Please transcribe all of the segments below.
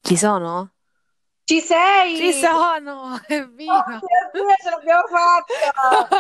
Ci sono? Ci Ci sei? sono! Oh Evviva! mio Dio, ce l'abbiamo fatta!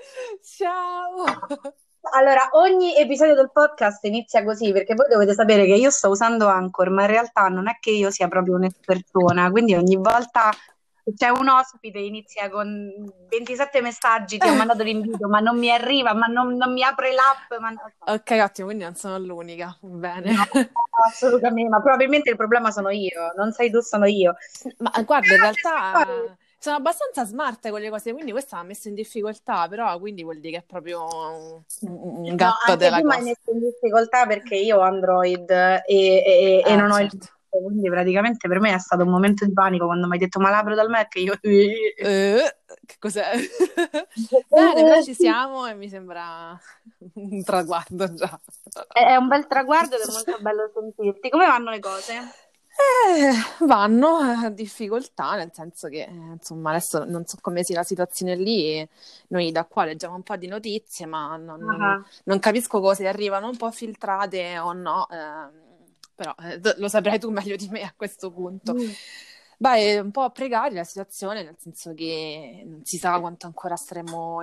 Ciao! Allora, ogni episodio del podcast inizia così, perché voi dovete sapere che io sto usando Anchor, ma in realtà non è che io sia proprio un'espertona, quindi ogni volta che c'è un ospite inizia con 27 messaggi, ti ho mandato l'invito, ma non mi arriva, ma non mi apre l'app, ma Ok, ottimo, quindi non sono l'unica. Bene. no, assolutamente, ma probabilmente il problema sono io, non sei tu, sono io. Ma guarda, in Però queste cose. realtà sono abbastanza smart con le cose, quindi questa mi ha messo in difficoltà, però quindi vuol dire che è proprio un No, gatto anche della tu mi hai cosa. messo in difficoltà perché io ho Android e non ho il Certo. quindi praticamente per me è stato un momento di panico quando mi hai detto ma l'apro dal Mac e io Che cos'è? Bene, però ci siamo e mi sembra un traguardo già. è un bel traguardo ed è molto bello sentirti. Come vanno le cose? Vanno a difficoltà, nel senso che, insomma, adesso non so come sia la situazione lì, e noi da qua leggiamo un po' di notizie, ma Ah, non capisco cose arrivano un po' filtrate o no, però lo saprai tu meglio di me a questo punto. mm. Beh, è un po' precaria la situazione, nel senso che non si sa quanto ancora staremo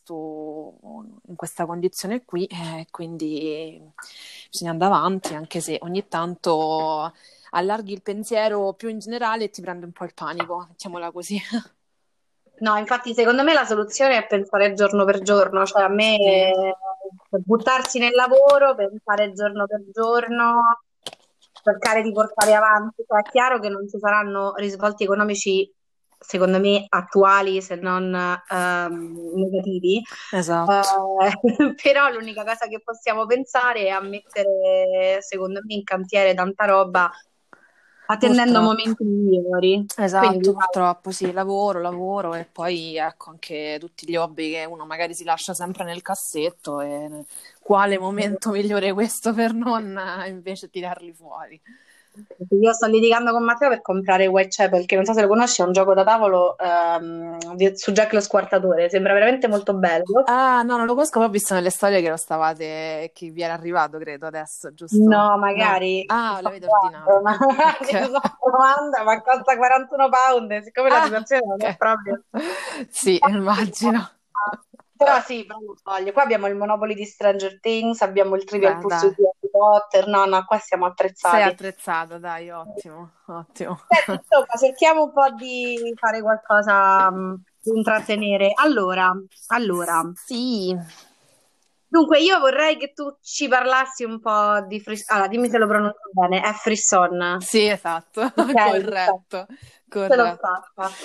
in questa condizione qui, quindi bisogna andare avanti, anche se ogni tanto allarghi il pensiero più in generale e ti prende un po' il panico, mettiamola così. No, infatti secondo me la soluzione è pensare giorno per giorno, cioè a me Sì, buttarsi nel lavoro, pensare giorno per giorno, cercare di portare avanti. Cioè, è chiaro che non ci saranno risvolti economici, secondo me, attuali se non negativi. esatto. Però l'unica cosa che possiamo pensare è a mettere, secondo me, in cantiere tanta roba attendendo Purtroppo. momenti migliori. Quindi, Esatto, dai. purtroppo sì, lavoro, lavoro e poi ecco anche tutti gli hobby che uno magari si lascia sempre nel cassetto e quale momento migliore questo per non invece tirarli fuori. Io sto litigando con Matteo per comprare Whitechapel, che non so se lo conosci, è un gioco da tavolo su Jack lo Squartatore. Sembra veramente molto bello. Ah, no, non lo conosco, ma ho visto nelle storie che lo stavate, che vi era arrivato, credo, adesso, giusto? No, No. magari ci Ah, sto l'avete ordinato. provando, ma ci Ok. sto provando, ma costa 41 pound, siccome la Ah, situazione non è ok. proprio. Sì, immagino. Però sì, però non sbaglio. Qua abbiamo il Monopoly di Stranger Things, abbiamo il Trivial Beh, Pursuit dai. di Harry Potter. No, no, qua siamo Sei attrezzati. attrezzata, dai, ottimo, ottimo. Senti, insomma, cerchiamo un po' di fare qualcosa di intrattenere. Allora, Sì, dunque io vorrei che tu ci parlassi un po' di Frisson. Allora, dimmi se lo pronuncio bene, è Frisson. sì, esatto, Ok, perfetto. corretto, Ce l'ho corretto. fatta.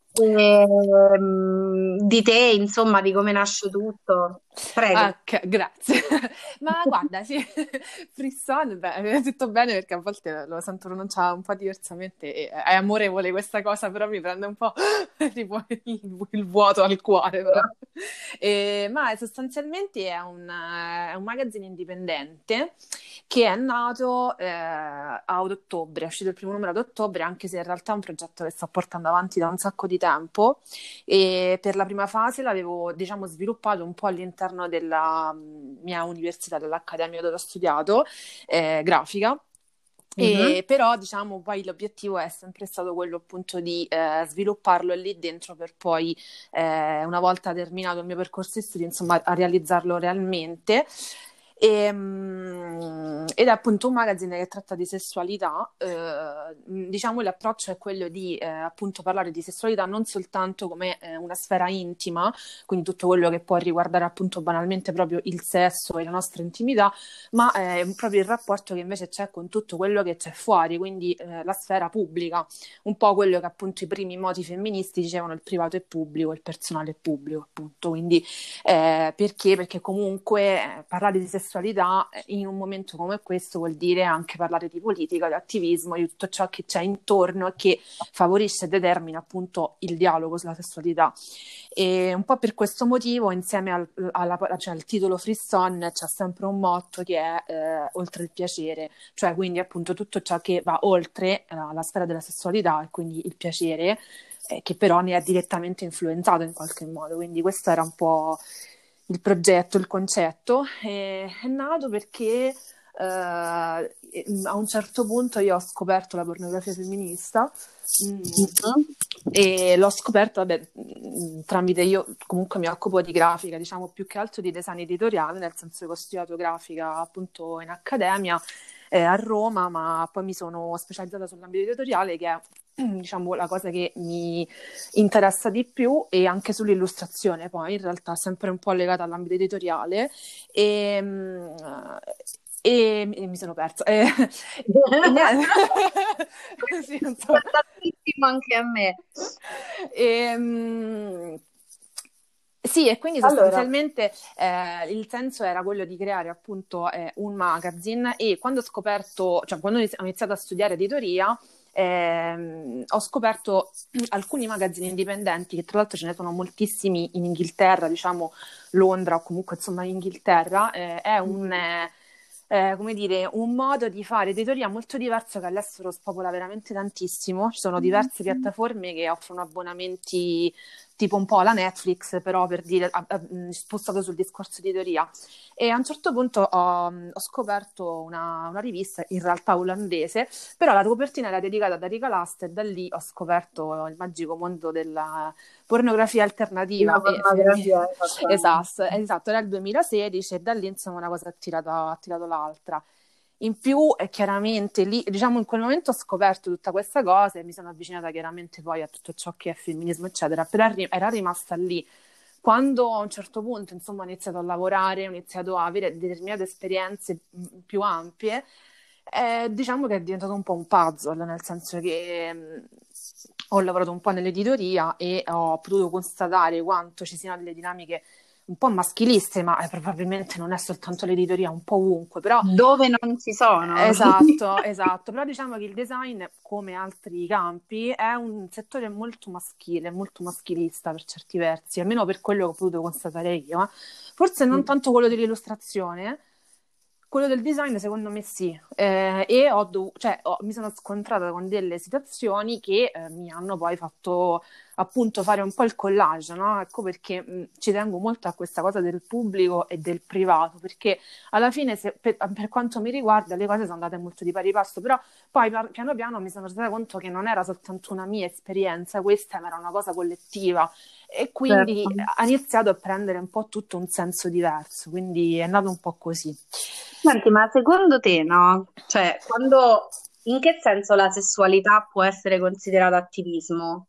Di te, insomma, di come nasce tutto. Prego. Grazie. Ma guarda, sì, Frisson, beh, mi hai detto bene perché a volte lo sento pronunciare un po' diversamente e è amorevole questa cosa, però mi prende un po' tipo il vuoto al cuore, però. Ma sostanzialmente è un magazine indipendente che è nato ad ottobre, è uscito il primo numero ad ottobre, anche se in realtà è un progetto che sto portando avanti da un sacco di tempo e per la prima fase l'avevo, diciamo, sviluppato un po' all'interno della mia università, dell'accademia dove ho studiato, grafica. Mhm. Però diciamo poi l'obiettivo è sempre stato quello appunto di svilupparlo lì dentro per poi una volta terminato il mio percorso di studi insomma a realizzarlo realmente. Ed è appunto un magazine che tratta di sessualità, diciamo l'approccio è quello di appunto parlare di sessualità non soltanto come una sfera intima, quindi tutto quello che può riguardare appunto banalmente proprio il sesso e la nostra intimità, ma proprio il rapporto che invece c'è con tutto quello che c'è fuori, quindi la sfera pubblica, un po' quello che appunto i primi moti femministi dicevano il privato è pubblico, il personale è pubblico, appunto, quindi perché? Perché comunque parlare di sessualità in un momento come questo vuol dire anche parlare di politica, di attivismo, di tutto ciò che c'è intorno e che favorisce e determina appunto il dialogo sulla sessualità. E un po' per questo motivo, insieme cioè, al titolo Frisson, c'è sempre un motto che è oltre il piacere, cioè quindi appunto tutto ciò che va oltre la sfera della sessualità e quindi il piacere che però ne è direttamente influenzato in qualche modo. Quindi questo era un po' il progetto, il concetto. È nato perché a un certo punto io ho scoperto la pornografia femminista. E l'ho scoperto, tramite, io comunque mi occupo di grafica, diciamo più che altro di design editoriale, nel senso che ho studiato grafica appunto in accademia a Roma, ma poi mi sono specializzata sull'ambito editoriale, che è diciamo la cosa che mi interessa di più, e anche sull'illustrazione, poi in realtà sempre un po' legata all'ambito editoriale, e mi sono persa. Sì, non so. Tantissimo anche a me. Sì, e quindi sostanzialmente il senso era quello di creare appunto un magazine, e quando ho scoperto, cioè quando ho iniziato a studiare editoria, ho scoperto alcuni magazzini indipendenti, che tra l'altro ce ne sono moltissimi in Inghilterra, diciamo Londra o comunque insomma in Inghilterra, è come dire, un modo di fare editoria molto diverso, che all'estero spopola veramente tantissimo. Ci sono diverse piattaforme che offrono abbonamenti tipo un po' la Netflix, però per dire, spostato sul discorso di editoria. E a un certo punto ho scoperto una rivista, in realtà olandese, però la copertina era dedicata ad Erika Lust, e da lì ho scoperto il magico mondo della pornografia alternativa. Esatto, era il 2016, e da lì insomma una cosa ha tirato l'altra. In più, chiaramente lì, diciamo, in quel momento ho scoperto tutta questa cosa e mi sono avvicinata chiaramente poi a tutto ciò che è femminismo, eccetera, però era rimasta lì. Quando a un certo punto, insomma, ho iniziato a lavorare, ho iniziato a avere determinate esperienze più ampie, diciamo che è diventato un po' un puzzle, nel senso che ho lavorato un po' nell'editoria e ho potuto constatare quanto ci siano delle dinamiche un po' maschiliste, ma probabilmente non è soltanto l'editoria, un po' ovunque, però dove non ci sono. Esatto, però diciamo che il design, come altri campi, è un settore molto maschile, molto maschilista per certi versi, almeno per quello che ho potuto constatare io. Forse non tanto quello dell'illustrazione, quello del design secondo me sì, e mi sono scontrata con delle situazioni che mi hanno poi fatto appunto fare un po' il collage, no? Ecco perché ci tengo molto a questa cosa del pubblico e del privato, perché alla fine per quanto mi riguarda le cose sono andate molto di pari passo, però poi piano piano mi sono resa conto che non era soltanto una mia esperienza questa, ma era una cosa collettiva, e quindi ha iniziato a prendere un po' tutto un senso diverso, quindi è nato un po' così. Senti, ma secondo te, no? Cioè, in che senso la sessualità può essere considerata attivismo?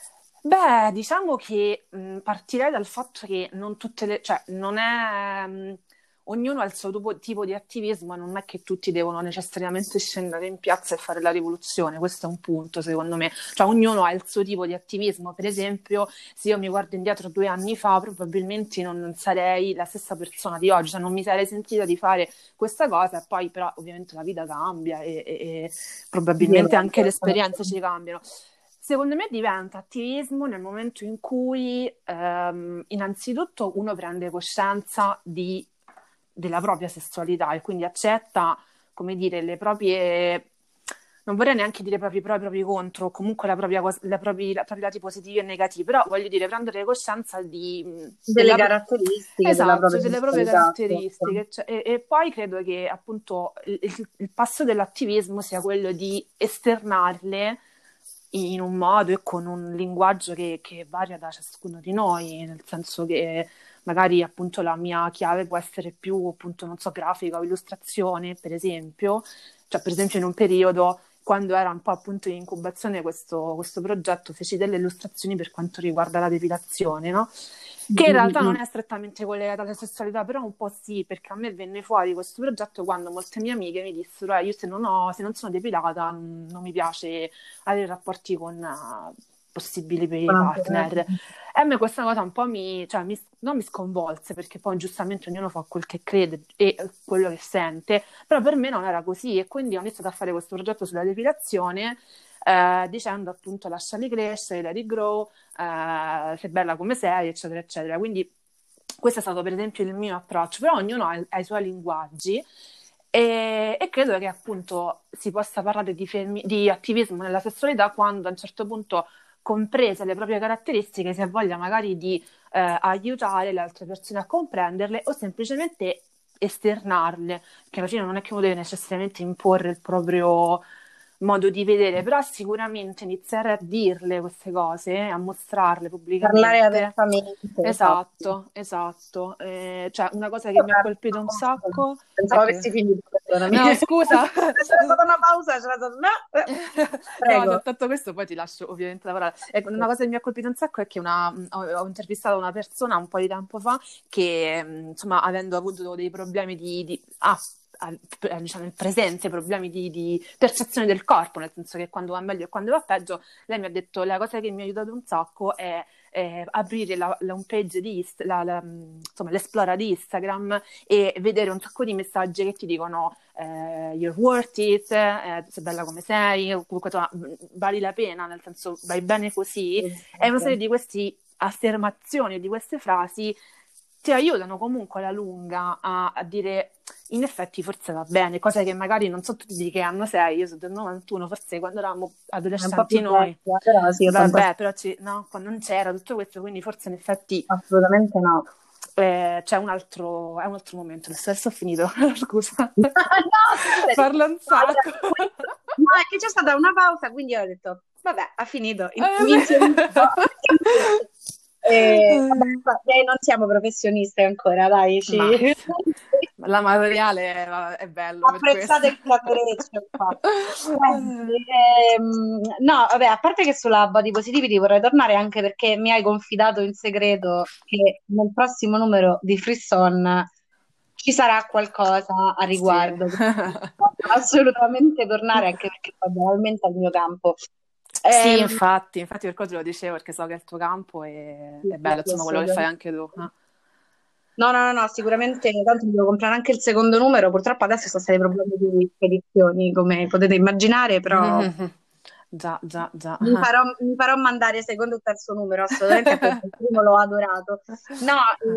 Beh, diciamo che partirei dal fatto che non tutte cioè non è, ognuno ha il suo tipo di attivismo, e non è che tutti devono necessariamente scendere in piazza e fare la rivoluzione. Questo è un punto, secondo me. Cioè, ognuno ha il suo tipo di attivismo. Per esempio, se io mi guardo indietro 2 anni fa, probabilmente non sarei la stessa persona di oggi, cioè non mi sarei sentita di fare questa cosa, e poi però ovviamente la vita cambia e probabilmente anche le esperienze ci cambiano. Secondo me diventa attivismo nel momento in cui innanzitutto uno prende coscienza della propria sessualità, e quindi accetta, come dire, le proprie, non vorrei neanche dire proprio pro e propri contro, comunque i propri lati positivi e negativi, però voglio dire, prendere coscienza Delle caratteristiche della propria delle proprie sessualità. caratteristiche. Cioè, e poi credo che appunto il passo dell'attivismo sia quello di esternarle in un modo e con un linguaggio che varia da ciascuno di noi, nel senso che magari appunto la mia chiave può essere più appunto, non so, grafica o illustrazione, per esempio. Cioè, per esempio in un periodo, quando era un po' appunto in incubazione questo progetto, feci delle illustrazioni per quanto riguarda la depilazione, no? Che in realtà non è strettamente collegata alla sessualità, però un po' sì, perché a me venne fuori questo progetto quando molte mie amiche mi dissero io se non sono depilata non mi piace avere rapporti con possibili partner. E a me questa cosa un po' non mi sconvolse, perché poi giustamente ognuno fa quel che crede e quello che sente, però per me non era così, e quindi ho iniziato a fare questo progetto sulla depilazione, dicendo appunto lasciali crescere, let it grow, sei bella come sei, eccetera, eccetera. Quindi questo è stato per esempio il mio approccio, però ognuno ha i suoi linguaggi, e credo che appunto si possa parlare di attivismo nella sessualità quando a un certo punto, comprese le proprie caratteristiche, si ha voglia magari di aiutare le altre persone a comprenderle, o semplicemente esternarle, che alla fine non è che uno deve necessariamente imporre il proprio modo di vedere, però sicuramente iniziare a dirle queste cose, a mostrarle Parlare pubblicamente. apertamente, esatto. Esatto, esatto. Cioè, una cosa che mi ha colpito un sacco è Pensavo che... avessi finito, perdonami. No, scusa. C'era stata una pausa, c'era stata... No, No, prego. detto questo, poi ti lascio ovviamente la parola. Ecco, una cosa che mi ha colpito un sacco è che ho intervistato una persona un po' di tempo fa che, insomma, avendo avuto dei problemi diciamo, nel presente, problemi di percezione del corpo, nel senso che quando va meglio e quando va peggio, lei mi ha detto la cosa che mi ha aiutato un sacco è aprire la home page insomma, l'esplora di Instagram e vedere un sacco di messaggi che ti dicono you're worth it, sei bella come sei, o comunque vali la pena, nel senso vai bene così. E una serie di queste affermazioni, di queste frasi ti aiutano comunque alla lunga a dire in effetti forse va bene, cose che magari non so tutti di che anno sei, io sono del 91, forse quando eravamo È un po' più adolescenti noi, vecchia, però sì, 80, vabbè, però no, quando non c'era tutto questo, quindi forse in effetti assolutamente no. è un altro momento, adesso ho finito, scusa, No, figurati. parlo un No, sacco. no, è che c'è stata una pausa, quindi ho detto, vabbè, ha finito, mi inserisco. Vabbè, non siamo professioniste ancora, dai, Ma l'amatoriale è bello per questo. apprezzate il clavereccio qua. Senti, no, vabbè, a parte che sulla body positivity vorrei tornare anche perché mi hai confidato in segreto che nel prossimo numero di Frisson ci sarà qualcosa a Sì. riguardo. Assolutamente tornare anche perché fa banalmente al mio campo. Sì, Ehm, infatti per quello te lo dicevo, perché so che è il tuo campo e sì, è sì, bello, sì, insomma, quello che fai assolutamente. anche tu. No, no, no, no, sicuramente tanto mi devo comprare anche il secondo numero. Purtroppo adesso sono stati problemi di spedizioni, come potete immaginare, però Già, già, già. mi farò mandare secondo e terzo numero, assolutamente, anche perché il primo l'ho adorato. No,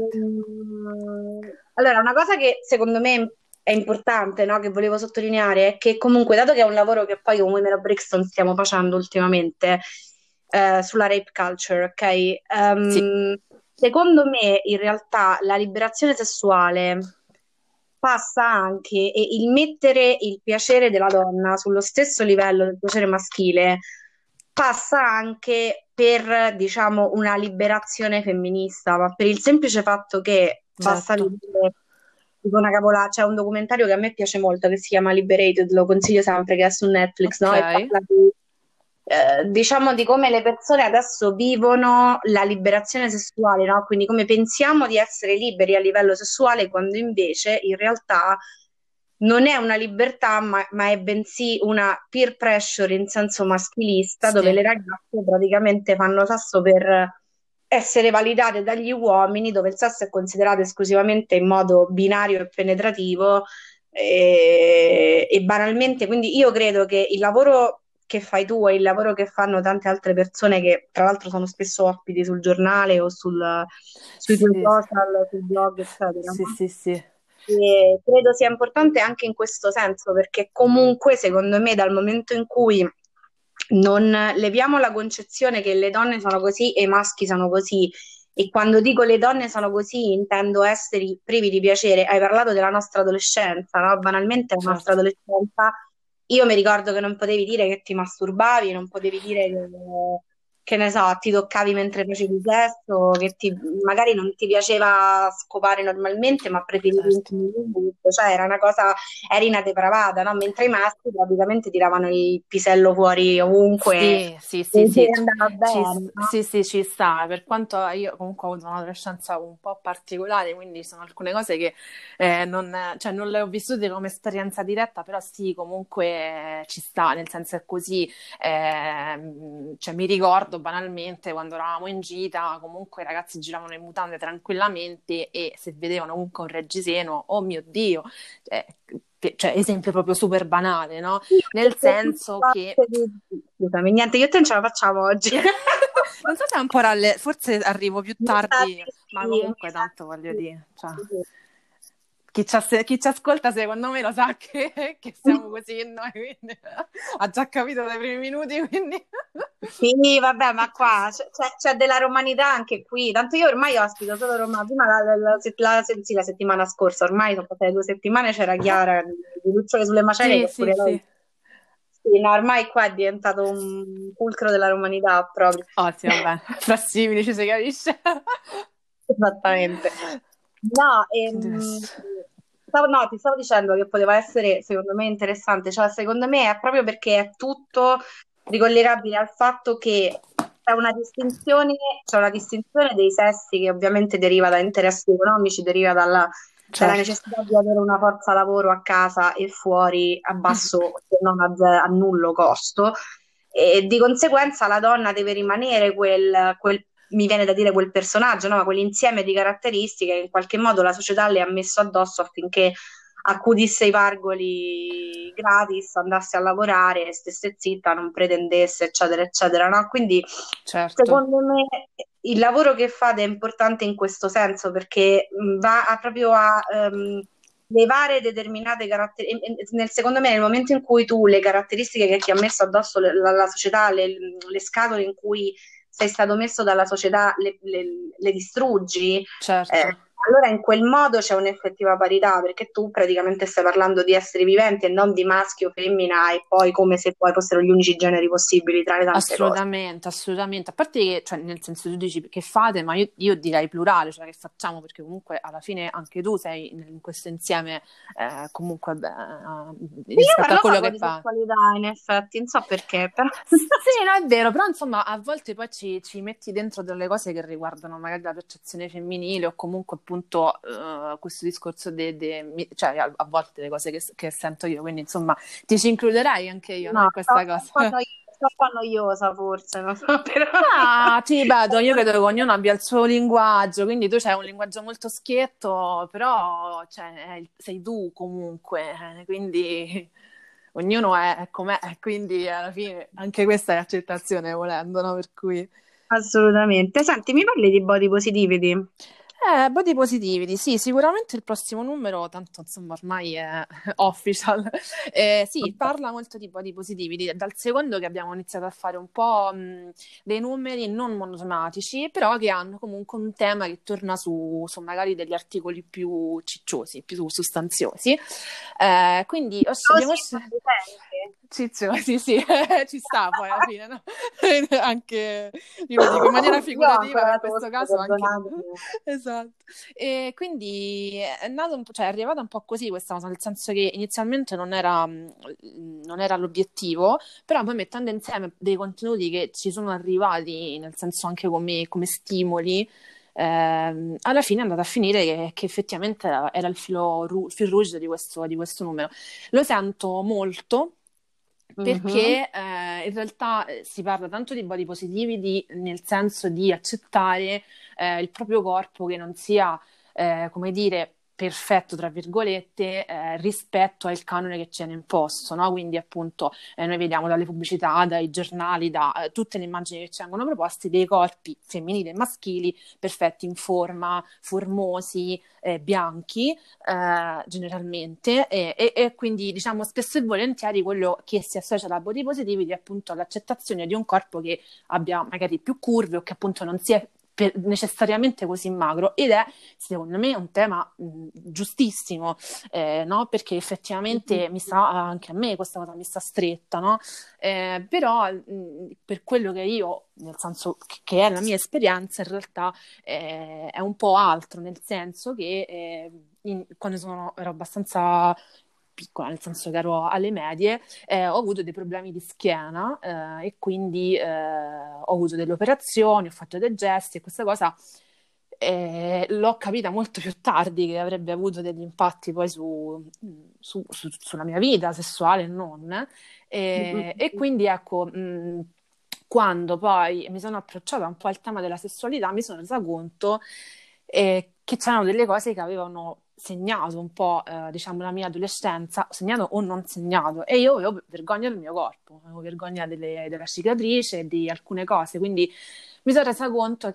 allora, una cosa che secondo me è importante, no, che volevo sottolineare, è che comunque, dato che è un lavoro che poi con Women of Brixton stiamo facendo ultimamente, sulla rape culture, ok? Sì, Secondo me, in realtà, la liberazione sessuale passa anche, e il mettere il piacere della donna sullo stesso livello del piacere maschile passa anche per, diciamo, una liberazione femminista, ma per il semplice fatto che basta certo. vedere, dico una cavolata, c'è un documentario che a me piace molto che si chiama Liberated, lo consiglio sempre, che è su Netflix, Ok. no? E parla di diciamo di come le persone adesso vivono la liberazione sessuale, no? Quindi come pensiamo di essere liberi a livello sessuale, quando invece in realtà non è una libertà, ma è bensì una peer pressure in senso maschilista, dove Sì, le ragazze praticamente fanno sasso per essere validate dagli uomini, dove il sesso è considerato esclusivamente in modo binario e penetrativo e banalmente, quindi io credo che il lavoro che fai tu e il lavoro che fanno tante altre persone che tra l'altro sono spesso ospiti sul giornale o sui tuoi sì, social, sul blog, eccetera, sì, no? sì, sì. E credo sia importante anche in questo senso, perché comunque secondo me dal momento in cui non leviamo la concezione che le donne sono così e i maschi sono così, e quando dico le donne sono così intendo essere privi di piacere. Hai parlato della nostra adolescenza, no? Banalmente la nostra Certo. adolescenza, io mi ricordo che non potevi dire che ti masturbavi, non potevi dire che ne so, ti toccavi mentre facevi sesso, magari non ti piaceva scopare normalmente, ma preferivi Certo. intimidire, cioè era una cosa, eri una depravata, no? Mentre i maschi praticamente tiravano il pisello fuori ovunque Sì, sì, sì, e sì, andava bene, no? sì, sì, ci sta, per quanto io comunque ho avuto un'adolescenza un po' particolare, quindi sono alcune cose che cioè, non le ho vissute come esperienza diretta, però sì, comunque ci sta, nel senso è così, cioè, mi ricordo banalmente quando eravamo in gita, comunque i ragazzi giravano in mutande tranquillamente e se vedevano comunque un reggiseno, oh mio Dio, cioè, cioè, esempio proprio super banale, no? Sì, Nel perché senso che scusami, niente, io e te non ce la facciamo oggi. non so se è un po' forse arrivo più Mi sa tardi, di ma sì, mi comunque sa tanto voglio di dire, cioè, sì. chi ci ascolta secondo me lo sa che siamo così noi, quindi ha già capito dai primi minuti, quindi Sì, vabbè, ma qua c'è della romanità anche qui. Tanto io ormai ospito solo Roma. Prima sì, la settimana scorsa, ormai sono passate 2 settimane, c'era Chiara di Lucciole sulle Macerie, Sì, che sì, pure lei. sì. Sì, no, ormai qua è diventato un fulcro della romanità proprio. Ottimo, bene. Fra simili ci si capisce. Esattamente. No, Quindi questo. no, ti stavo dicendo che poteva essere secondo me interessante, cioè secondo me è proprio perché è tutto ricollegabile al fatto che c'è una distinzione dei sessi che ovviamente deriva da interessi economici, deriva dalla Certo. necessità di avere una forza lavoro a casa e fuori a basso, se non a nullo costo, e di conseguenza la donna deve rimanere mi viene da dire quel personaggio, no? Quell'insieme di caratteristiche che in qualche modo la società le ha messo addosso affinché accudisse i pargoli gratis, andasse a lavorare, stesse zitta, non pretendesse, eccetera, eccetera, no? Quindi Certo. secondo me il lavoro che fate è importante in questo senso perché proprio a levare determinate caratteristiche. Secondo me, nel momento in cui tu le caratteristiche che ti ha messo addosso la società, le scatole in cui sei stato messo dalla società, le distruggi, Certo. allora in quel modo c'è un'effettiva parità, perché tu praticamente stai parlando di esseri viventi e non di maschio, femmina e poi come se poi fossero gli unici generi possibili tra le tante cose. Assolutamente, assolutamente. A parte che, cioè, nel senso tu dici che fate, ma io direi plurale, cioè che facciamo, perché comunque alla fine anche tu sei in questo insieme, comunque, Sì, io rispetto a parlo quello poco che di fa. sessualità, in effetti, non so perché, però. Sì, no, è vero, però insomma a volte poi ci metti dentro delle cose che riguardano magari la percezione femminile o comunque appunto questo discorso cioè a volte le cose che sento io, quindi insomma ti ci includerai anche io, no, No, in questa cosa. sto un po' noiosa forse, non so, però. Ah, ti ripeto, io credo che ognuno abbia il suo linguaggio, quindi tu c'hai un linguaggio molto schietto, però cioè, sei tu comunque, quindi ognuno è com'è, quindi alla fine anche questa è accettazione volendo, no? Per cui. Assolutamente. Senti, mi parli di body positivity? Body positivity, sì, sicuramente il prossimo numero, tanto insomma ormai è official. Sì, parla molto di body positivity, dal secondo che abbiamo iniziato a fare un po' dei numeri non monotematici, però che hanno comunque un tema che torna su magari degli articoli più cicciosi, più sostanziosi. Quindi abbiamo. Così, ma presente. Ciziosi, sì, ci sta poi alla fine, no? Anche, io lo dico in maniera Io ho figurativa, ancora ma la in questo tosse, caso anche. perdonatemi. Esatto. E quindi è nato cioè è arrivata un po' così questa cosa, nel senso che inizialmente non era l'obiettivo, però poi mettendo insieme dei contenuti che ci sono arrivati, nel senso anche come stimoli, alla fine è andata a finire che effettivamente era il fil rouge di questo numero. Lo sento molto Mhm. perché in realtà si parla tanto di body positivity nel senso di accettare il proprio corpo che non sia, come dire, perfetto, tra virgolette, rispetto al canone che ci viene imposto, no? Quindi appunto noi vediamo dalle pubblicità, dai giornali, da tutte le immagini che ci vengono proposte dei corpi femminili e maschili perfetti in forma, formosi, bianchi, generalmente, e quindi diciamo spesso e volentieri quello che si associa alla body positivity è appunto l'accettazione di un corpo che abbia magari più curve o che appunto non sia necessariamente così magro, ed è secondo me un tema giustissimo, no? Perché effettivamente mi sta anche a me questa cosa mi sta stretta, no? Però per quello che io, nel senso che è la mia esperienza, in realtà è un po' altro, nel senso che quando ero abbastanza piccola, nel senso che ero alle medie, ho avuto dei problemi di schiena e quindi ho avuto delle operazioni, ho fatto dei gesti e questa cosa l'ho capita molto più tardi che avrebbe avuto degli impatti poi sulla mia vita sessuale e non. E quindi ecco, quando poi mi sono approcciata un po' al tema della sessualità, mi sono resa conto che c'erano delle cose che avevano segnato un po', diciamo, la mia adolescenza, segnato o non segnato, e io avevo vergogna del mio corpo, avevo vergogna della cicatrice e di alcune cose, quindi mi sono resa conto che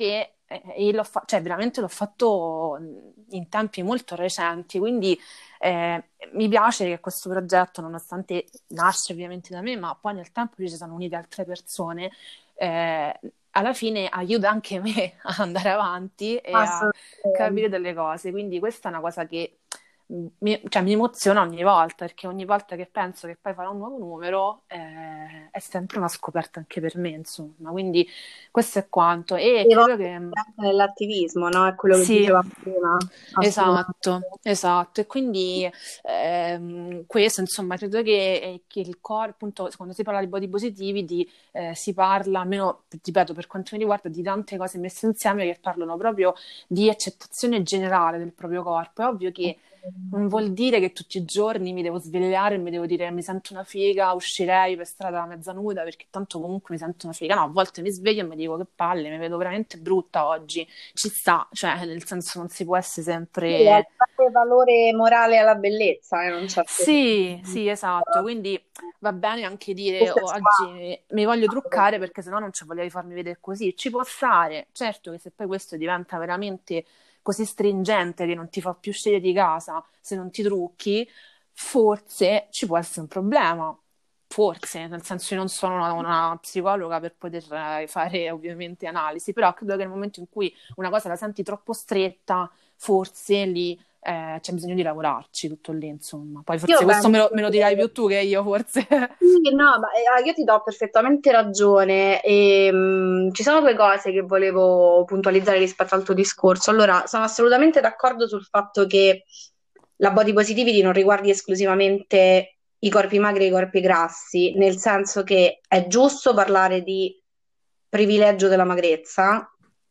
e cioè veramente l'ho fatto in tempi molto recenti, quindi mi piace che questo progetto, nonostante nasce ovviamente da me, ma poi nel tempo ci sono unite altre persone, alla fine aiuta anche me a andare avanti e a capire Assolutamente. delle cose, quindi questa è una cosa che cioè, mi emoziona ogni volta, perché ogni volta che penso che poi farò un nuovo numero è sempre una scoperta anche per me, insomma, quindi questo è quanto e E credo volte che anche nell'attivismo, no? È quello che sì, dicevamo prima, assolutamente. esatto, e quindi questo, insomma, credo che il core, appunto, quando si parla di body positivi, si parla, almeno, ripeto, per quanto mi riguarda, di tante cose messe insieme che parlano proprio di accettazione generale del proprio corpo. È ovvio che non vuol dire che tutti i giorni mi devo svegliare e mi devo dire mi sento una figa, uscirei per strada mezza nuda perché tanto comunque mi sento una figa. No, a volte mi sveglio e mi dico che palle, mi vedo veramente brutta oggi. Ci sta, cioè nel senso non si può essere Sì, è il sempre... dare valore morale alla bellezza, in un certo Sì, senso. sì, esatto, quindi va bene anche dire Questo è oh, squadra. oggi mi voglio truccare perché sennò non c'è voglia di farmi vedere così. Ci può stare, certo che se poi questo diventa veramente così stringente che non ti fa più uscire di casa se non ti trucchi, forse ci può essere un problema. Forse, nel senso io non sono una psicologa per poter fare ovviamente analisi, però credo che nel momento in cui una cosa la senti troppo stretta, forse lì c'è bisogno di lavorarci, tutto lì, insomma. Poi Io forse questo penso me lo dirai più tu che io, forse. sì, no, ma io ti do perfettamente ragione. Ci sono due cose che volevo puntualizzare rispetto al tuo discorso. Allora, sono assolutamente d'accordo sul fatto che la body positivity non riguardi esclusivamente i corpi magri e i corpi grassi, nel senso che è giusto parlare di privilegio della magrezza,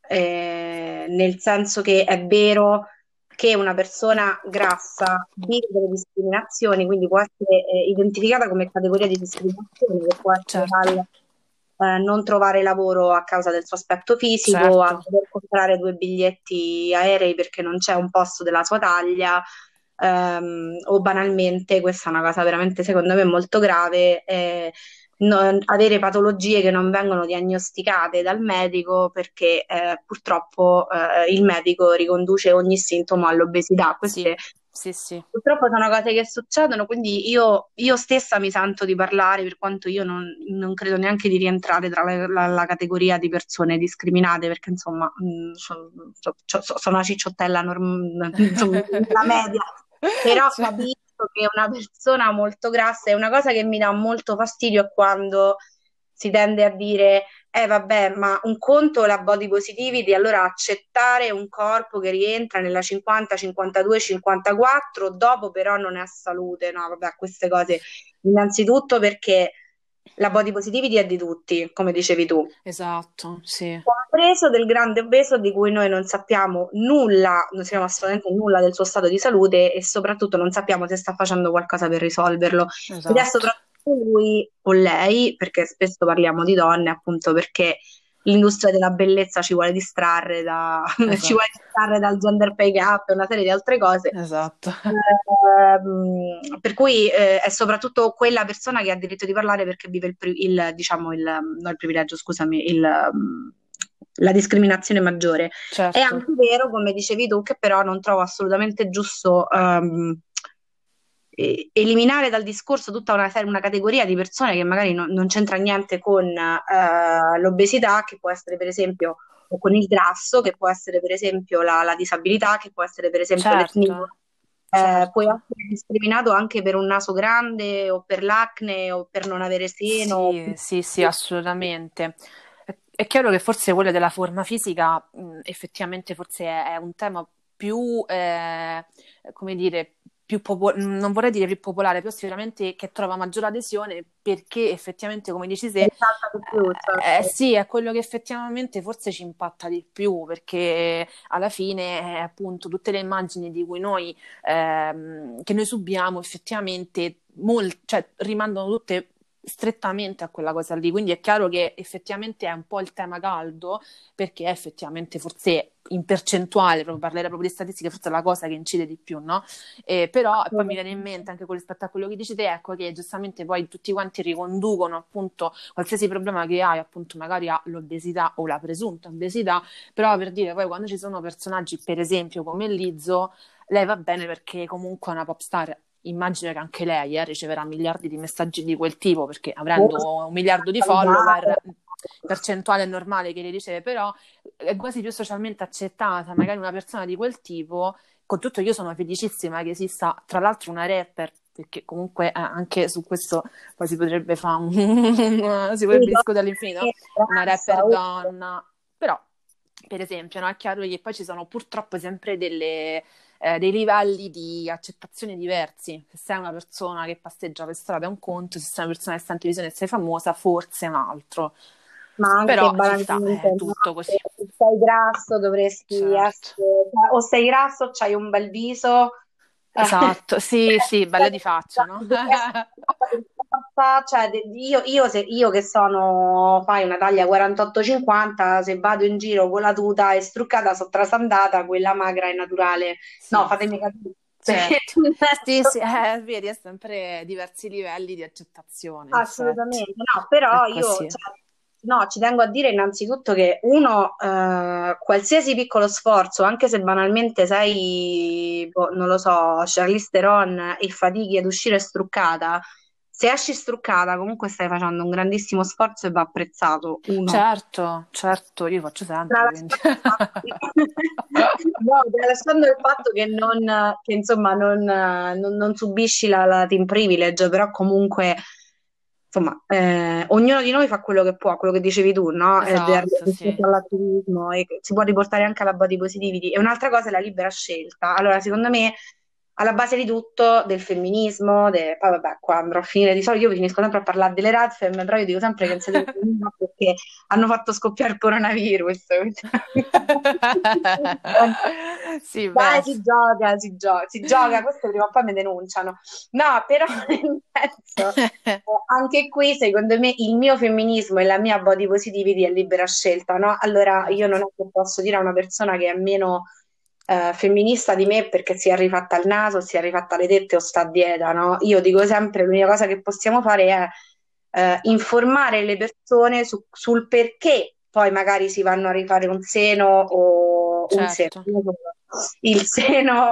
nel senso che è vero che una persona grassa vive delle discriminazioni, quindi può essere identificata come categoria di discriminazione, che può essere Certo, non trovare lavoro a causa del suo aspetto fisico, a certo, dover comprare due biglietti aerei perché non c'è un posto della sua taglia, o banalmente, questa è una cosa veramente secondo me molto grave, avere patologie che non vengono diagnosticate dal medico perché purtroppo il medico riconduce ogni sintomo all'obesità. sì, Queste sì, sì, purtroppo sono cose che succedono, quindi io stessa mi sento di parlare, per quanto io non credo neanche di rientrare tra la categoria di persone discriminate, perché insomma sono una cicciottella insomma, la media, però Cioè, capisco che una persona molto grassa è una cosa che mi dà molto fastidio è quando si tende a dire vabbè, ma un conto è la body positivity, allora accettare un corpo che rientra nella 50, 52, 54, dopo però non è a salute, no, vabbè, queste cose. Innanzitutto perché la body positivity è di tutti, come dicevi tu, esatto, sì, compreso del grande obeso di cui noi non sappiamo nulla, non sappiamo assolutamente nulla del suo stato di salute e soprattutto non sappiamo se sta facendo qualcosa per risolverlo. Ed è esatto, soprattutto lui o lei, perché spesso parliamo di donne, appunto perché l'industria della bellezza ci vuole distrarre ci vuole esatto, distrarre dal gender pay gap e una serie di altre cose. esatto. Per cui è soprattutto quella persona che ha diritto di parlare perché vive diciamo no, il privilegio, scusami, la discriminazione maggiore. È Certo, anche vero, come dicevi tu, che però non trovo assolutamente giusto eliminare dal discorso tutta una categoria di persone che magari non c'entra niente con l'obesità, che può essere per esempio, o con il grasso, che può essere per esempio la disabilità, che può essere per esempio l'etnia. certo, Puoi certo. essere discriminato anche per un naso grande o per l'acne o per non avere seno. Sì, sì, sì, assolutamente. È chiaro che forse quello della forma fisica, effettivamente forse è un tema più, come dire, non vorrei dire più popolare, però sicuramente che trova maggiore adesione perché effettivamente, come dici te, Risalta di più, certo. sì, è quello che effettivamente forse ci impatta di più, perché alla fine, appunto, tutte le immagini di cui che noi subiamo effettivamente, cioè, rimandano tutte strettamente a quella cosa lì, quindi è chiaro che effettivamente è un po' il tema caldo, perché effettivamente forse in percentuale, proprio parlerei proprio di statistiche, forse è la cosa che incide di più, no? Però poi mi viene in mente anche con rispetto a quello che dici te, ecco che giustamente poi tutti quanti riconducono appunto qualsiasi problema che hai appunto magari all'obesità o la presunta obesità, però per dire poi quando ci sono personaggi per esempio come Lizzo, lei va bene perché comunque è una pop star. Immagino che anche lei riceverà miliardi di messaggi di quel tipo, perché avendo 1 miliardo di follower, percentuale è normale che li riceve, però è quasi più socialmente accettata, magari una persona di quel tipo. Con tutto io sono felicissima che esista, tra l'altro, una rapper, perché comunque anche su questo poi si potrebbe fare si potrebbe discutere all'infinito, una rapper donna, però per esempio, no, è chiaro che poi ci sono purtroppo sempre dei livelli di accettazione diversi. Se sei una persona che passeggia per strada è un conto, se sei una persona che sta in televisione e sei famosa, forse è un altro. Ma anche Però ci sta, banalmente, è no? tutto così. Se sei grasso dovresti Certo. essere, cioè, o sei grasso o c'hai un bel viso. Esatto, sì, sì, belle di faccia, no? Cioè, io che sono, fai una taglia 48-50, se vado in giro con la tuta e struccata, sono trasandata, quella magra è naturale. No, Sì, fatemi capire. Perché certo. nel Sì, senso- sì, vedi, è sempre diversi livelli di accettazione, in effetti. Assolutamente, no, però È io, così. cioè, no, ci tengo a dire innanzitutto che uno, qualsiasi piccolo sforzo, anche se banalmente sei, boh, non lo so, Charlize Theron e fatichi ad uscire struccata, se esci struccata comunque stai facendo un grandissimo sforzo e va apprezzato, uno. Certo, certo, io faccio sempre, quindi. Tralasciando il no, tralasciando il fatto che che insomma non subisci la team privilege, però comunque insomma ognuno di noi fa quello che può, quello che dicevi tu, no? Esatto, sì. Rispetto all'attivismo e che si può riportare anche alla body positivity. E un'altra cosa è la libera scelta. Allora, secondo me alla base di tutto del femminismo, poi vabbè, qua andrò a finire di solito, io finisco sempre a parlare delle Radfem, però io dico sempre che non siete femminili perché hanno fatto scoppiare il coronavirus. Sì, Dai, beh, si gioca, questo prima o poi mi denunciano. No, però nel senso, anche qui secondo me il mio femminismo e la mia body positivity è libera scelta, no? Allora io non certo, è che posso dire a una persona che è meno femminista di me perché si è rifatta il naso, si è rifatta le tette o sta a dieta, no? Io dico sempre l'unica cosa che possiamo fare è informare le persone sul perché poi magari si vanno a rifare un seno o un seno, certo. il seno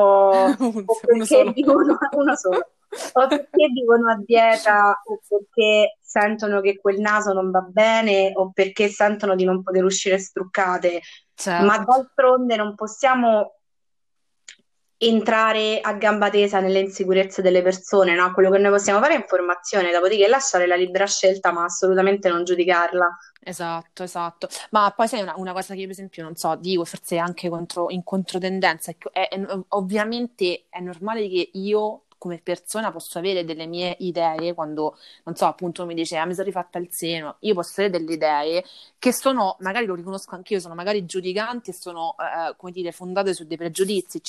o Uno perché solo. vivono uno solo. O perché vivono a dieta, o perché sentono che quel naso non va bene, o perché sentono di non poter uscire struccate. Ma Certo. d'altronde non possiamo entrare a gamba tesa nelle insicurezze delle persone, no? Quello che noi possiamo fare è informazione, dopodiché lasciare la libera scelta, ma assolutamente non giudicarla. Esatto, esatto. Ma poi sai una cosa che io per esempio non so, dico forse anche in controtendenza, ovviamente è normale che io come persona posso avere delle mie idee quando, non so, appunto mi dice, mi sono rifatta il seno, io posso avere delle idee che sono, magari lo riconosco anch'io, sono magari giudicanti e sono, come dire, fondate su dei pregiudizi,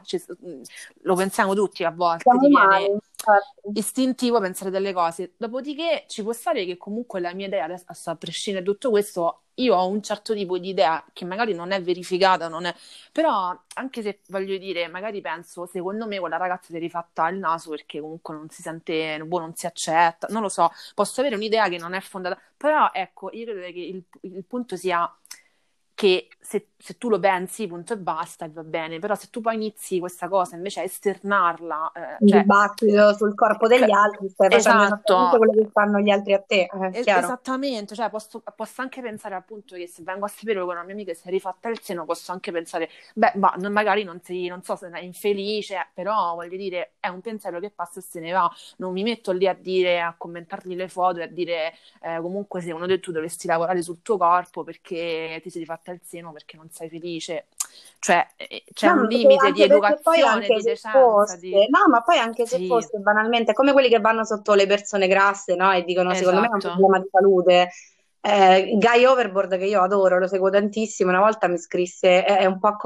lo pensiamo tutti a volte, Siamo ti viene umani, certo. istintivo pensare delle cose. Dopodiché ci può stare che comunque la mia idea, adesso, a prescindere da tutto questo, io ho un certo tipo di idea che magari non è verificata, non è. Però anche se voglio dire, magari penso, secondo me quella ragazza si è rifatta il naso perché comunque non si sente, boh, non si accetta, non lo so, posso avere un'idea che non è fondata, però ecco, io credo che il punto sia che se tu lo pensi, punto e basta, e va bene, però se tu poi inizi questa cosa invece a esternarla, Il cioè, dibattito sul corpo degli altri, stai facendo esattamente esatto, quello che fanno gli altri a te, chiaro? esattamente, cioè posso anche pensare appunto che se vengo a sapere che una mia amica si è rifatta il seno, posso anche pensare, beh, ma magari non so se è infelice, però voglio dire, è un pensiero che passa e se ne va, non mi metto lì a dire, a commentargli le foto e a dire comunque secondo te tu dovresti lavorare sul tuo corpo perché ti sei rifatta il seno, perché non sei felice, cioè c'è No, un ma limite di anche perché poi educazione, anche di se decenza, di. fosse, no, ma poi anche se Sì, fosse banalmente, come quelli che vanno sotto le persone grasse, no? E dicono, secondo me è un esatto. problema di salute. Guy Overboard, che io adoro, lo seguo tantissimo, una volta mi scrisse, è un po'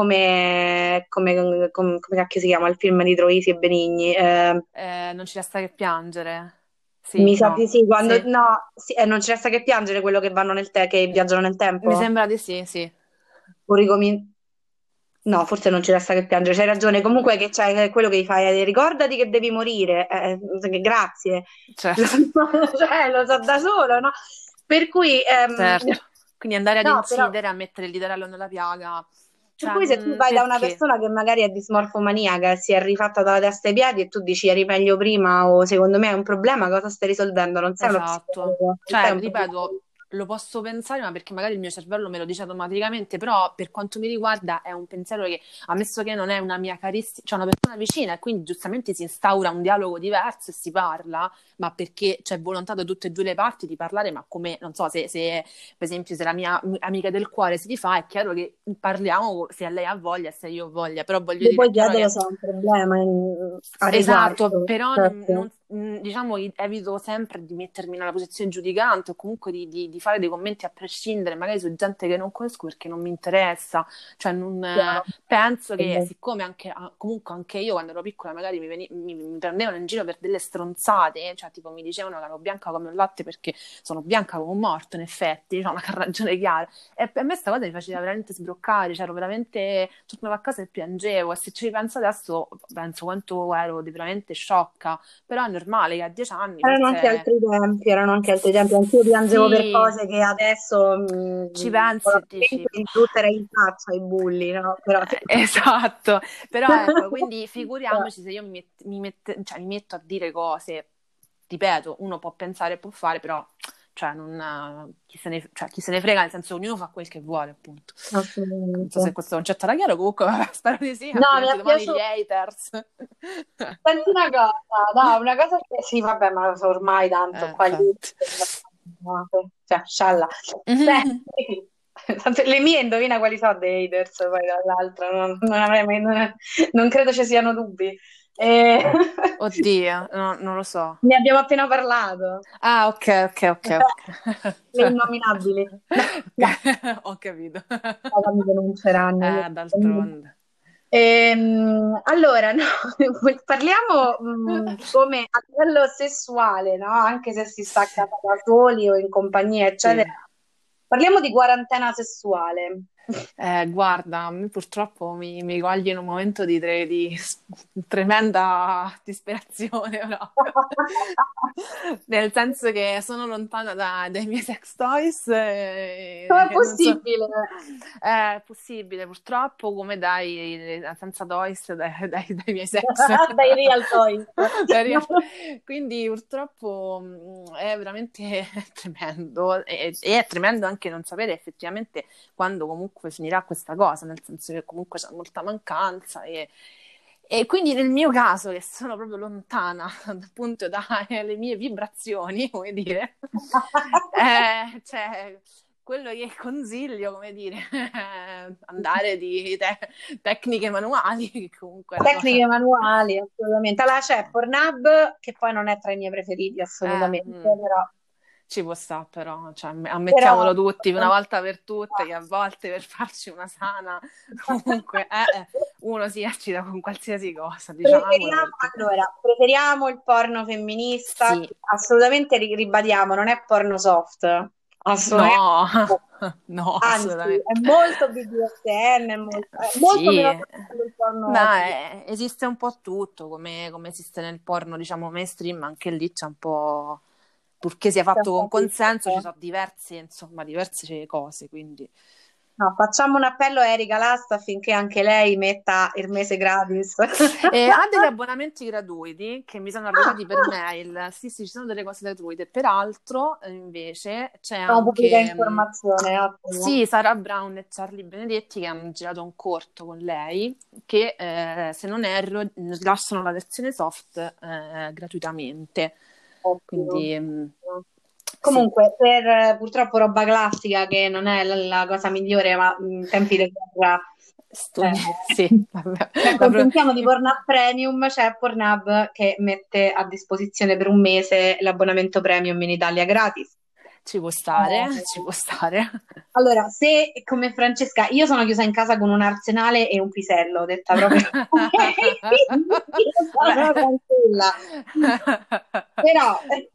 come cacchio si chiama, il film di Troisi e Benigni. Non ci resta che piangere. Sì, Mi sa di no, sì, quando sì. no, sì, non ci resta che piangere quello che vanno che viaggiano nel Mi tempo? sembra di sì, sì. O no, forse non ci resta che piangere, c'hai ragione. Comunque che c'è quello che gli fai, ricordati che devi morire. Grazie. Lo, Certo, cioè, lo so da solo, no? Per cui, certo. Quindi andare ad no, però, incidere, a mettere il ditello nella piaga, per cioè, cui se tu vai da una perché? persona che magari è dismorfomaniaca e si è rifatta dalla testa ai piedi e tu dici eri meglio prima o secondo me è un problema, cosa stai risolvendo? Non sei uno Esatto. psicologo, non sei Cioè, un ripeto, psicologo. lo posso pensare, ma perché magari il mio cervello me lo dice automaticamente, però per quanto mi riguarda è un pensiero che, ammesso che non è una mia carissima, cioè una persona vicina, e quindi giustamente si instaura un dialogo diverso e si parla, ma perché c'è volontà da tutte e due le parti di parlare, ma come, non so, se per esempio se la mia amica del cuore si rifà, è chiaro che parliamo se lei ha voglia e se io ho voglia, però voglio E dire, è poi chiaro chiedelo che se ha un problema a esatto, riguardo. però Certo. diciamo, evito sempre di mettermi nella posizione giudicante o comunque di fare dei commenti a prescindere, magari su gente che non conosco perché non mi interessa. Cioè, Chiaro. penso che siccome comunque anche io quando ero piccola magari mi prendevano in giro per delle stronzate, cioè tipo mi dicevano che ero bianca come un latte perché sono bianca come un morto, in effetti, cioè una carnagione chiara. E per me sta cosa mi faceva veramente sbroccare, cioè ero veramente, tornavo a casa e piangevo e se ci ripenso adesso penso quanto ero veramente sciocca, però è normale che a 10 anni forse Erano anche altri tempi, anch'io piangevo per sì, cose che adesso ci pensi e dici probabilmente mi butterei in faccia ai bulli, no? Però esatto, però ecco, quindi figuriamoci se io cioè, mi metto a dire cose, ripeto, uno può pensare, può fare, però cioè, chi se ne frega, nel senso ognuno fa quel che vuole, appunto. Non so assolutamente. se questo concetto era chiaro, comunque spero di sì, No, mi altrimenti è domani gli piaciuto. haters. Senti una cosa, no, una cosa che sì, vabbè, ma lo so ormai tanto qua gli Infatti. cioè, scialla. Senti, tanto le mie indovina quali sono dei haters poi dall'altro, non avrei non credo ci siano dubbi. Eh, Oddio, no, non lo so. ne abbiamo appena parlato, Ah, ok, ok, ok, ok. le innominabili. No, Ok, no, ho capito. mi denunceranno. D'altronde. Allora, no, parliamo come a livello sessuale, no? Anche se si sta a casa da soli o in compagnia, eccetera. Sì. Parliamo di quarantena sessuale. Guarda, a me purtroppo mi coglie in un momento di tremenda disperazione proprio. Nel senso che sono lontana dai miei sex toys Com'è e non so. possibile? È possibile, purtroppo, come senza toys dai miei sex. Dai real toys. Quindi purtroppo è veramente tremendo e è tremendo anche non sapere effettivamente quando comunque finirà questa cosa, nel senso che comunque c'è molta mancanza e quindi nel mio caso, che sono proprio lontana appunto dalle mie vibrazioni, come dire, cioè, quello che consiglio, come dire, andare di tecniche manuali, che comunque è la cosa. Tecniche manuali, assolutamente. Allora c'è Pornhub, che poi non è tra i miei preferiti Eh, assolutamente, mm. però, Ci può stare, però, cioè, però ammettiamolo tutti una volta per tutte che a volte per farci una sana, comunque, uno si eccita con qualsiasi cosa, diciamolo Preferiamo, perché preferiamo il porno femminista, sì, assolutamente ribadiamo, non è porno soft, assolutamente. no, no, Anzi, assolutamente. è molto BDSM, è molto meno Sì, soft del porno ma oggi. esiste un po' tutto, come esiste nel porno, diciamo, mainstream, anche lì c'è un po', purché sia C'è un fatto con po' di consenso, ci tutto. sono diverse, insomma, diverse cose, quindi. No, facciamo un appello a Erika Lasta affinché anche lei metta il mese gratis. Ha degli abbonamenti gratuiti che mi sono Ah, arrivati per mail. Sì, sì, ci sono delle cose gratuite. Peraltro, invece, c'è facciamo pubblica anche informazione, ottimo. sì, Sara Brown e Charlie Benedetti che hanno girato un corto con lei che, se non erro, rilasciano la versione soft gratuitamente. Ottimo. Quindi, sì. Comunque, per purtroppo roba classica, che non è la cosa migliore, ma in tempi di guerra, eh, Sì, vabbè. ci accontentiamo di Pornhub Premium, c'è Pornhub che mette a disposizione per un mese l'abbonamento premium in Italia gratis. Ci può stare, ci Eh, può stare. allora, se come Francesca, io sono chiusa in casa con un arsenale e un pisello, detta proprio, io sono Vabbè. tranquilla. Però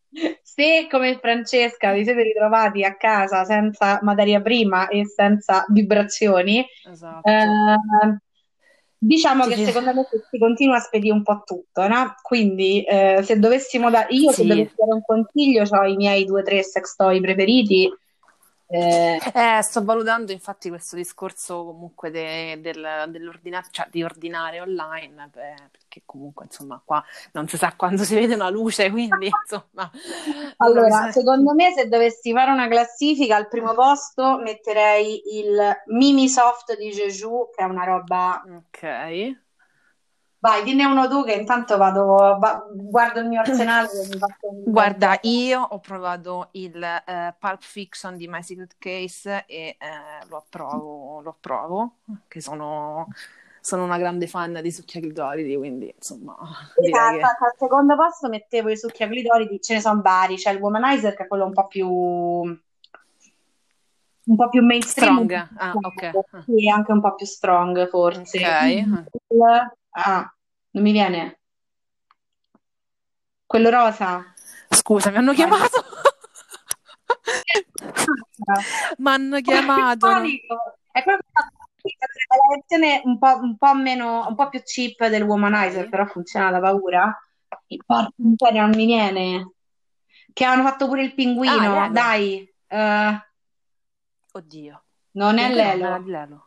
Se come Francesca vi siete ritrovati a casa senza materia prima e senza vibrazioni, Esatto. eh, diciamo Ti che fi- secondo me si continua a spedire un po' tutto, no? Quindi se dovessimo dare, io se Sì. dovessi dare un consiglio, ho i miei due o tre sex toy preferiti. eh, Sto valutando infatti questo discorso comunque cioè di ordinare online, perché comunque insomma qua non si sa quando si vede una luce, quindi insomma uno Allora, bisogna... secondo me se dovessi fare una classifica, al primo posto metterei il Mimi Soft di Jeju, che è una roba. Ok. Vai, dinne uno tu che intanto guardo il mio arsenale e mi faccio un bel Guarda, genere. io ho provato il Pulp Fiction di My Secret Case e lo approvo, che sono una grande fan di succhiaglioli, quindi insomma direi che Al secondo posto mettevo i succhiaglioli, ce ne sono vari, c'è il Womanizer che è quello un po' più mainstream, un strong. po' più Ah, ok. strong, sì, anche un po' più strong Ok. forse. Non mi viene. Quello rosa. Scusa, mi hanno Vai. chiamato. Mi hanno Il chiamato, no? panico. È proprio la versione un po' meno, un po' più cheap del Ok. Womanizer, però funziona da paura. Il porco miseria non mi viene. Che hanno fatto pure il Ah, pinguino. Lelo. Dai, Oddio. non è Pinguino non era di Lelo. Lelo.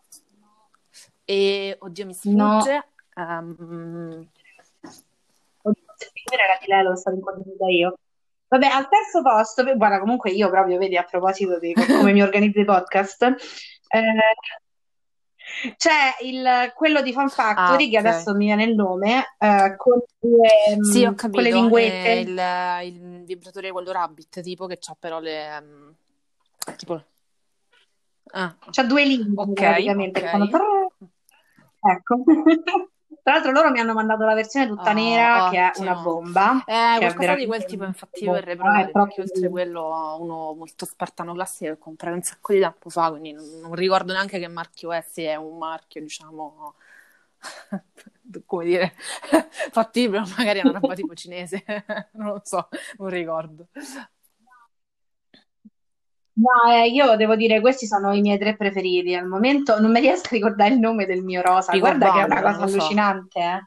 E, oddio, mi No. sfugge. Oddio, se il pinguino era di Lelo, lo stavo incontrando io. Vabbè, al terzo posto, guarda, comunque io proprio, vedi, a proposito di come mi organizzo i podcast, c'è quello di Fan Ah, Factory, che ok. adesso non mi viene il nome, Sì, ho con le capito. È linguette. il vibratore quello Rabbit, tipo che c'ha però le... tipo... Ah, C'ha due lingue ok, praticamente ok. che fanno trrr. Ecco. Tra l'altro loro mi hanno mandato la versione tutta Oh, nera, che è una ottimo. bomba, che è Qualcosa di veramente quel tipo una infatti io vorrei bomba, è provare perché troppo oltre bello. quello uno molto spartano classico che comprai un sacco di tempo fa, quindi non ricordo neanche che marchio è, se è un marchio, diciamo, come dire, fattibile, o magari è una roba tipo cinese, non lo so, non ricordo. No, io devo dire, questi sono i miei tre preferiti al momento. Non mi riesco a ricordare il nome del mio rosa. Pico Guarda che è una Bang, non cosa lo so. allucinante, eh.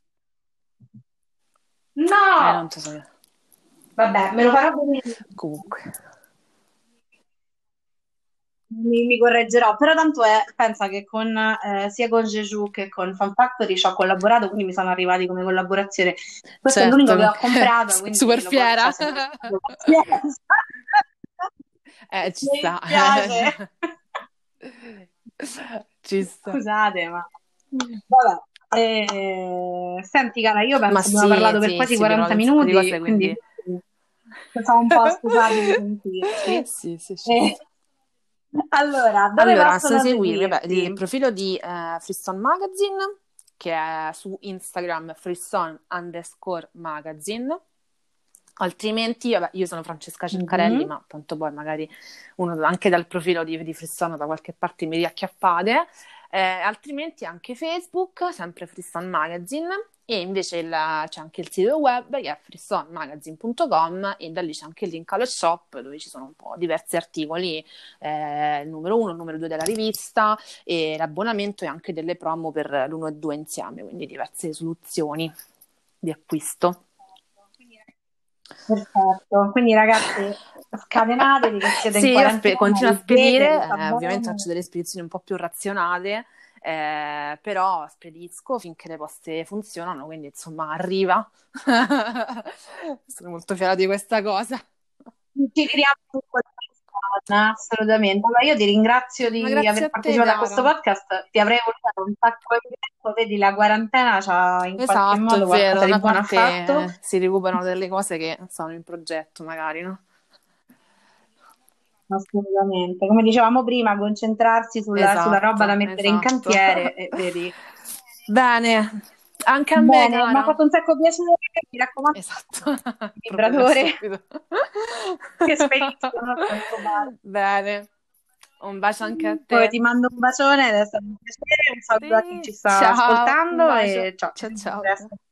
No! Non so se... Vabbè, me lo farò vedere. Comunque. Mi correggerò, però tanto pensa che sia con Jeju che con Fan Factory ci ho collaborato, quindi mi sono arrivati come collaborazione. Questo è l'unico che Certo, ho comprato, super quindi cioè, fiera. se ne Ci mi sta. dispiace. Ci sta. Scusate, ma vabbè. Senti, cara, io Ma penso abbiamo sì, parlato per sì, quasi sì, per 40 un sacco di minuti, cose, quindi quindi... siamo un po' stufati di sentirci. Sì, sì, ci sta. Eh, allora, dove Allora, se possono seguirmi, vabbè, il seguirti? profilo di Frisson Magazine, che è su Instagram frisson_magazine. Altrimenti, vabbè, io sono Francesca Ceccarelli, Mhm. ma tanto poi magari uno anche dal profilo di Frisson da qualche parte mi riacchiappate. Altrimenti anche Facebook, sempre Frisson Magazine, e invece c'è anche il sito web che è frissonmagazine.com e da lì c'è anche il link allo shop dove ci sono un po' diversi articoli, il numero 1, il numero 2 della rivista e l'abbonamento e anche delle promo per l'1 e 2 insieme, quindi diverse soluzioni di acquisto. Perfetto, quindi ragazzi, scatenatevi che siete in Sì, io quarantena, continuo a vi sveglia, vi spedire, sta ovviamente bene. faccio delle spedizioni un po' più razionate, però spedisco finché le poste funzionano, quindi insomma arriva. Sono molto fiera di questa cosa. Ci tiriamo su questa strada, assolutamente. Allora, io ti ringrazio Ma di grazie aver a te, partecipato a questo cara. podcast, ti avrei voluto un sacco di tempo, vedi, la quarantena ci ha in qualche Esatto, modo è vero, qualcosa da di una buono ha parte fatto. si recuperano delle cose che sono in progetto, magari, no? Assolutamente. Come dicevamo prima, concentrarsi sulla roba da Esatto, mettere in esatto. cantiere e vedi. Bene, anche a me, Bene, mi ha cara. fatto un sacco piacere, mi raccomando, Esatto, il proprio vibratore subito. che spediscono a scopare. Bene, un bacio anche a Poi te. ti mando un bacione, è stato un piacere, un saluto a chi Sì, ci sta ciao, un ascoltando bacio. e ciao, ci Ciao sentiamo ciao. presto.